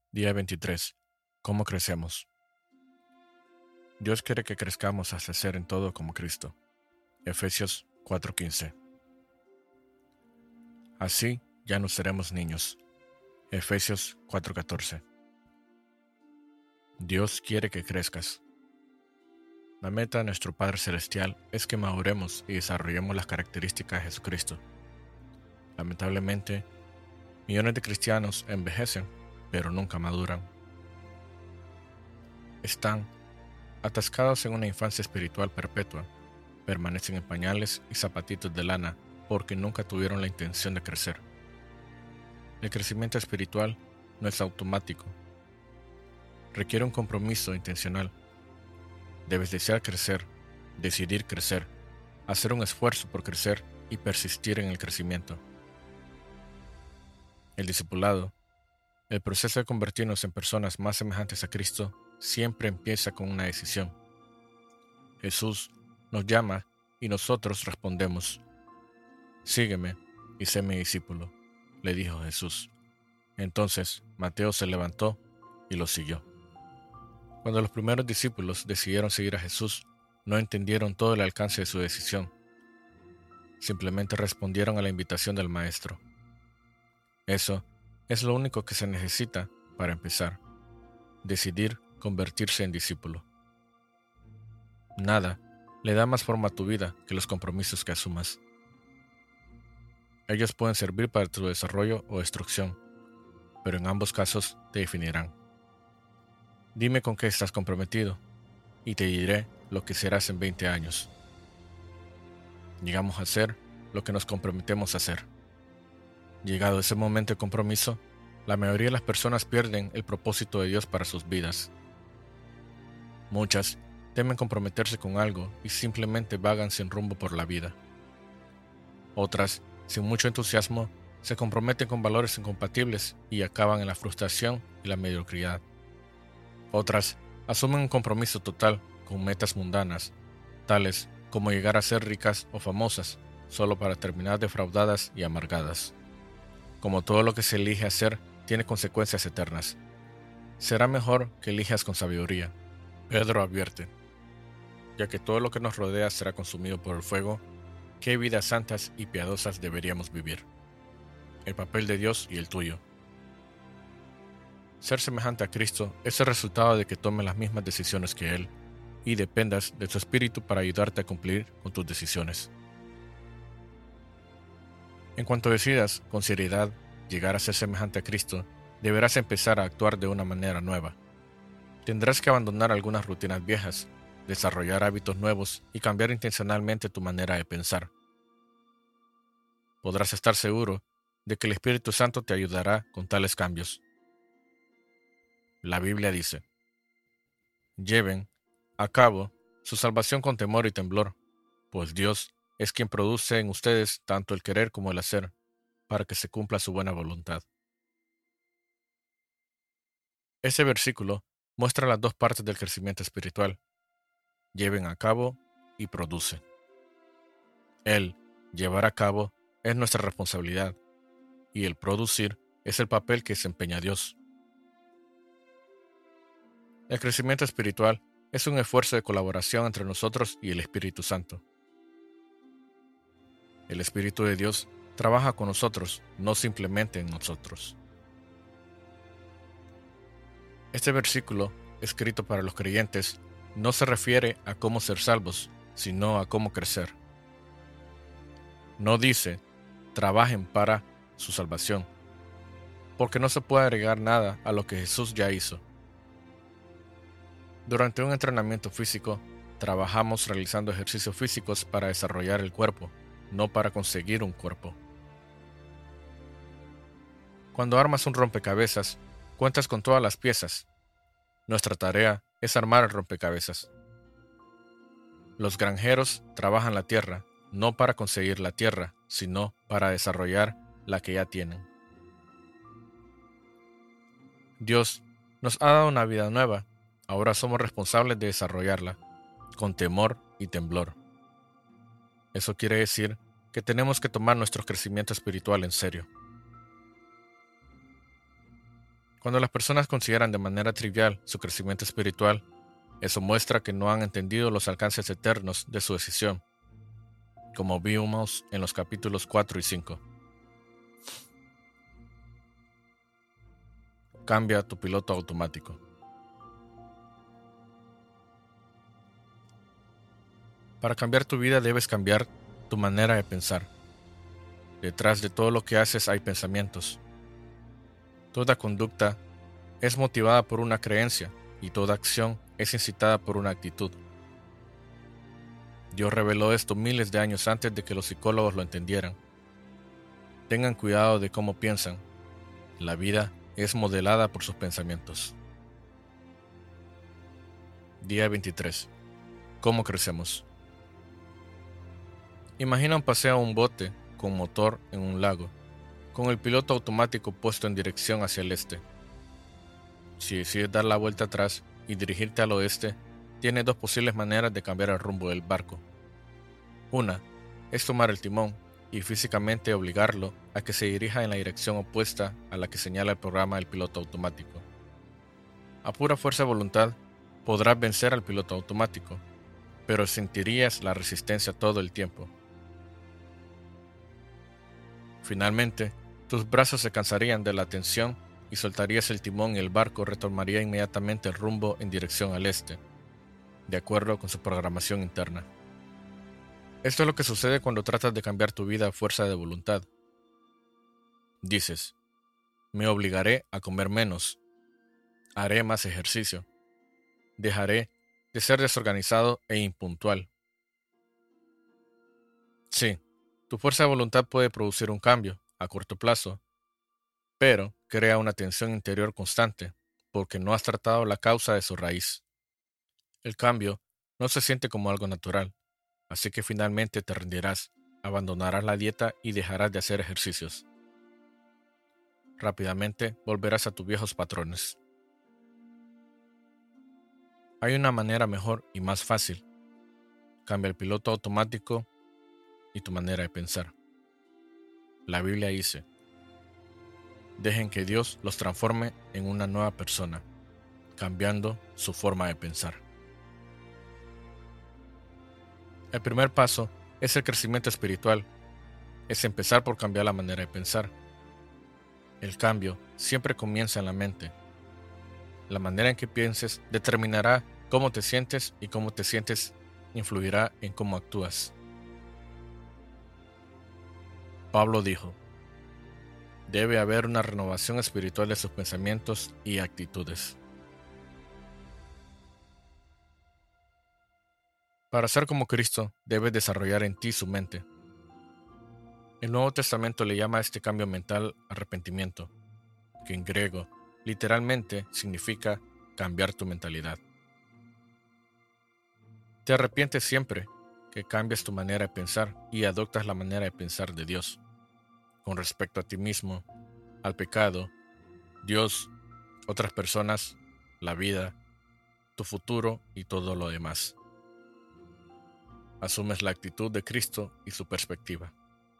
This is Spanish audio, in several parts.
Día 23. ¿Cómo crecemos? Dios quiere que crezcamos hasta ser en todo como Cristo. Efesios 4:15. Así ya no seremos niños. Efesios 4:14. Dios quiere que crezcas. La meta de nuestro Padre Celestial es que maduremos y desarrollemos las características de Jesucristo. Lamentablemente, millones de cristianos envejecen, pero nunca maduran. Están atascados en una infancia espiritual perpetua, permanecen en pañales y zapatitos de lana porque nunca tuvieron la intención de crecer. El crecimiento espiritual no es automático. Requiere un compromiso intencional. Debes desear crecer, decidir crecer, hacer un esfuerzo por crecer y persistir en el crecimiento. El discipulado, el proceso de convertirnos en personas más semejantes a Cristo, siempre empieza con una decisión. Jesús nos llama y nosotros respondemos: «Sígueme y sé mi discípulo», le dijo Jesús. Entonces Mateo se levantó y lo siguió. Cuando los primeros discípulos decidieron seguir a Jesús, no entendieron todo el alcance de su decisión. Simplemente respondieron a la invitación del Maestro. Eso es lo único que se necesita para empezar: decidir convertirse en discípulo. Nada le da más forma a tu vida que los compromisos que asumas. Ellos pueden servir para tu desarrollo o destrucción, pero en ambos casos te definirán. Dime con qué estás comprometido, y te diré lo que serás en 20 años. Llegamos a ser lo que nos comprometemos a hacer. Llegado ese momento de compromiso, la mayoría de las personas pierden el propósito de Dios para sus vidas. Muchas temen comprometerse con algo y simplemente vagan sin rumbo por la vida. Otras, sin mucho entusiasmo, se comprometen con valores incompatibles y acaban en la frustración y la mediocridad. Otras asumen un compromiso total con metas mundanas, tales como llegar a ser ricas o famosas, solo para terminar defraudadas y amargadas. Como todo lo que se elige hacer tiene consecuencias eternas, será mejor que elijas con sabiduría. Pedro advierte: ya que todo lo que nos rodea será consumido por el fuego, ¿qué vidas santas y piadosas deberíamos vivir? El papel de Dios y el tuyo. Ser semejante a Cristo es el resultado de que tomes las mismas decisiones que Él y dependas de su Espíritu para ayudarte a cumplir con tus decisiones. En cuanto decidas, con seriedad, llegar a ser semejante a Cristo, deberás empezar a actuar de una manera nueva. Tendrás que abandonar algunas rutinas viejas, desarrollar hábitos nuevos y cambiar intencionalmente tu manera de pensar. Podrás estar seguro de que el Espíritu Santo te ayudará con tales cambios. La Biblia dice: lleven a cabo su salvación con temor y temblor, pues Dios es quien produce en ustedes tanto el querer como el hacer, para que se cumpla su buena voluntad. Ese versículo muestra las dos partes del crecimiento espiritual: lleven a cabo y produce. El llevar a cabo es nuestra responsabilidad, y el producir es el papel que desempeña Dios. El crecimiento espiritual es un esfuerzo de colaboración entre nosotros y el Espíritu Santo. El Espíritu de Dios trabaja con nosotros, no simplemente en nosotros. Este versículo, escrito para los creyentes, no se refiere a cómo ser salvos, sino a cómo crecer. No dice: trabajen para su salvación, porque no se puede agregar nada a lo que Jesús ya hizo. Durante un entrenamiento físico, trabajamos realizando ejercicios físicos para desarrollar el cuerpo, no para conseguir un cuerpo. Cuando armas un rompecabezas, cuentas con todas las piezas. Nuestra tarea es armar el rompecabezas. Los granjeros trabajan la tierra, no para conseguir la tierra, sino para desarrollar la que ya tienen. Dios nos ha dado una vida nueva. Ahora somos responsables de desarrollarla, con temor y temblor. Eso quiere decir que tenemos que tomar nuestro crecimiento espiritual en serio. Cuando las personas consideran de manera trivial su crecimiento espiritual, eso muestra que no han entendido los alcances eternos de su decisión, como vimos en los capítulos 4 y 5. Cambia tu piloto automático. Para cambiar tu vida debes cambiar tu manera de pensar. Detrás de todo lo que haces hay pensamientos. Toda conducta es motivada por una creencia y toda acción es incitada por una actitud. Dios reveló esto miles de años antes de que los psicólogos lo entendieran. Tengan cuidado de cómo piensan. La vida es modelada por sus pensamientos. Día 23. ¿Cómo crecemos? Imagina un paseo a un bote con motor en un lago, con el piloto automático puesto en dirección hacia el este. Si decides dar la vuelta atrás y dirigirte al oeste, tienes dos posibles maneras de cambiar el rumbo del barco. Una es tomar el timón y físicamente obligarlo a que se dirija en la dirección opuesta a la que señala el programa del piloto automático. A pura fuerza de voluntad, podrás vencer al piloto automático, pero sentirías la resistencia todo el tiempo. Finalmente, tus brazos se cansarían de la tensión y soltarías el timón y el barco retomaría inmediatamente el rumbo en dirección al este, de acuerdo con su programación interna. Esto es lo que sucede cuando tratas de cambiar tu vida a fuerza de voluntad. Dices, me obligaré a comer menos, haré más ejercicio, dejaré de ser desorganizado e impuntual. Sí, tu fuerza de voluntad puede producir un cambio a corto plazo, pero crea una tensión interior constante porque no has tratado la causa de su raíz. El cambio no se siente como algo natural, así que finalmente te rendirás, abandonarás la dieta y dejarás de hacer ejercicios. Rápidamente volverás a tus viejos patrones. Hay una manera mejor y más fácil. Cambia el piloto automático y tu manera de pensar. La Biblia dice, dejen que Dios los transforme en una nueva persona, cambiando su forma de pensar. El primer paso es el crecimiento espiritual, es empezar por cambiar la manera de pensar. El cambio siempre comienza en la mente. La manera en que pienses determinará cómo te sientes y cómo te sientes influirá en cómo actúas. Pablo dijo, debe haber una renovación espiritual de sus pensamientos y actitudes. Para ser como Cristo, debes desarrollar en ti su mente. El Nuevo Testamento le llama a este cambio mental arrepentimiento, que en griego literalmente significa cambiar tu mentalidad. Te arrepientes siempre que cambias tu manera de pensar y adoptas la manera de pensar de Dios, con respecto a ti mismo, al pecado, Dios, otras personas, la vida, tu futuro y todo lo demás. Asumes la actitud de Cristo y su perspectiva.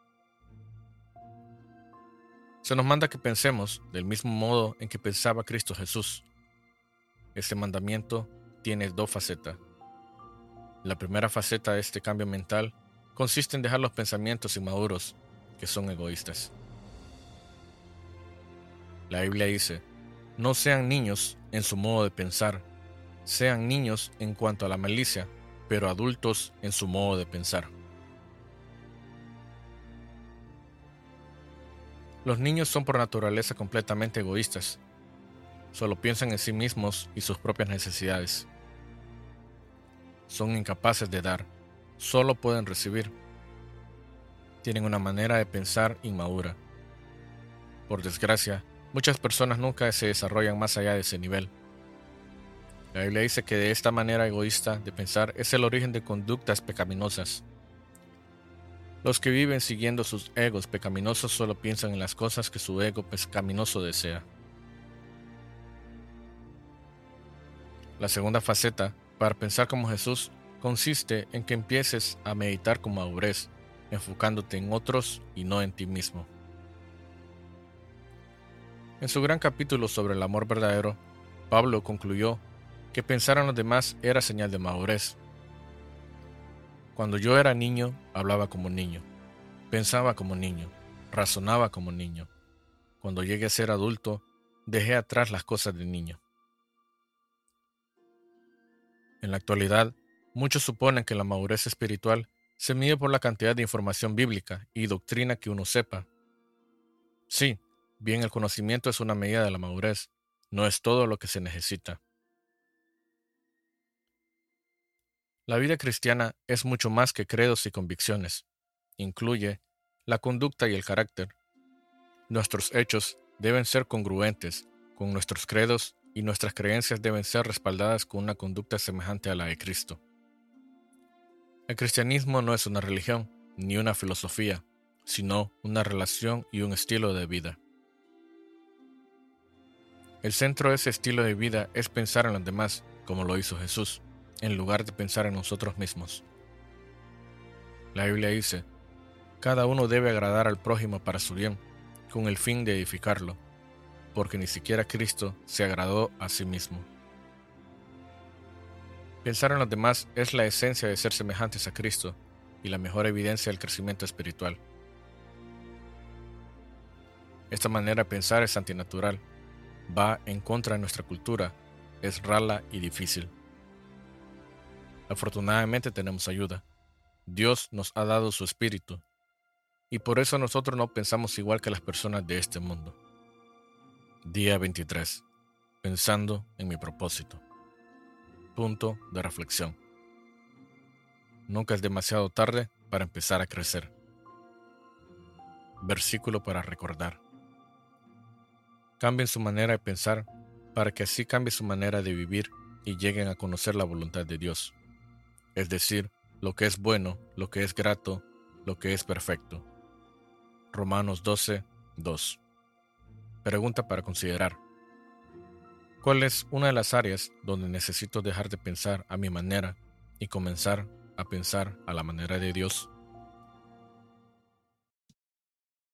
Se nos manda que pensemos del mismo modo en que pensaba Cristo Jesús. Este mandamiento tiene dos facetas. La primera faceta de este cambio mental consiste en dejar los pensamientos inmaduros, que son egoístas. La Biblia dice, no sean niños en su modo de pensar, sean niños en cuanto a la malicia, pero adultos en su modo de pensar. Los niños son por naturaleza completamente egoístas. Solo piensan en sí mismos y sus propias necesidades. Son incapaces de dar, solo pueden recibir. Tienen una manera de pensar inmadura. Por desgracia, muchas personas nunca se desarrollan más allá de ese nivel. La Biblia dice que de esta manera egoísta de pensar es el origen de conductas pecaminosas. Los que viven siguiendo sus egos pecaminosos solo piensan en las cosas que su ego pecaminoso desea. La segunda faceta, para pensar como Jesús, consiste en que empieces a meditar con madurez, enfocándote en otros y no en ti mismo. En su gran capítulo sobre el amor verdadero, Pablo concluyó que pensar en los demás era señal de madurez. Cuando yo era niño, hablaba como niño, pensaba como niño, razonaba como niño. Cuando llegué a ser adulto, dejé atrás las cosas de niño. En la actualidad, muchos suponen que la madurez espiritual se mide por la cantidad de información bíblica y doctrina que uno sepa. Sí, bien, el conocimiento es una medida de la madurez, no es todo lo que se necesita. La vida cristiana es mucho más que credos y convicciones. Incluye la conducta y el carácter. Nuestros hechos deben ser congruentes con nuestros credos y nuestras creencias deben ser respaldadas con una conducta semejante a la de Cristo. El cristianismo no es una religión ni una filosofía, sino una relación y un estilo de vida. El centro de ese estilo de vida es pensar en los demás, como lo hizo Jesús, en lugar de pensar en nosotros mismos. La Biblia dice, cada uno debe agradar al prójimo para su bien, con el fin de edificarlo, porque ni siquiera Cristo se agradó a sí mismo. Pensar en los demás es la esencia de ser semejantes a Cristo y la mejor evidencia del crecimiento espiritual. Esta manera de pensar es antinatural, va en contra de nuestra cultura, es rala y difícil. Afortunadamente tenemos ayuda. Dios nos ha dado su espíritu, y por eso nosotros no pensamos igual que las personas de este mundo. Día 23. Pensando en mi propósito. Punto de reflexión. Nunca es demasiado tarde para empezar a crecer. Versículo para recordar. Cambien su manera de pensar para que así cambie su manera de vivir y lleguen a conocer la voluntad de Dios. Es decir, lo que es bueno, lo que es grato, lo que es perfecto. Romanos 12, 2. Pregunta para considerar. ¿Cuál es una de las áreas donde necesito dejar de pensar a mi manera y comenzar a pensar a la manera de Dios?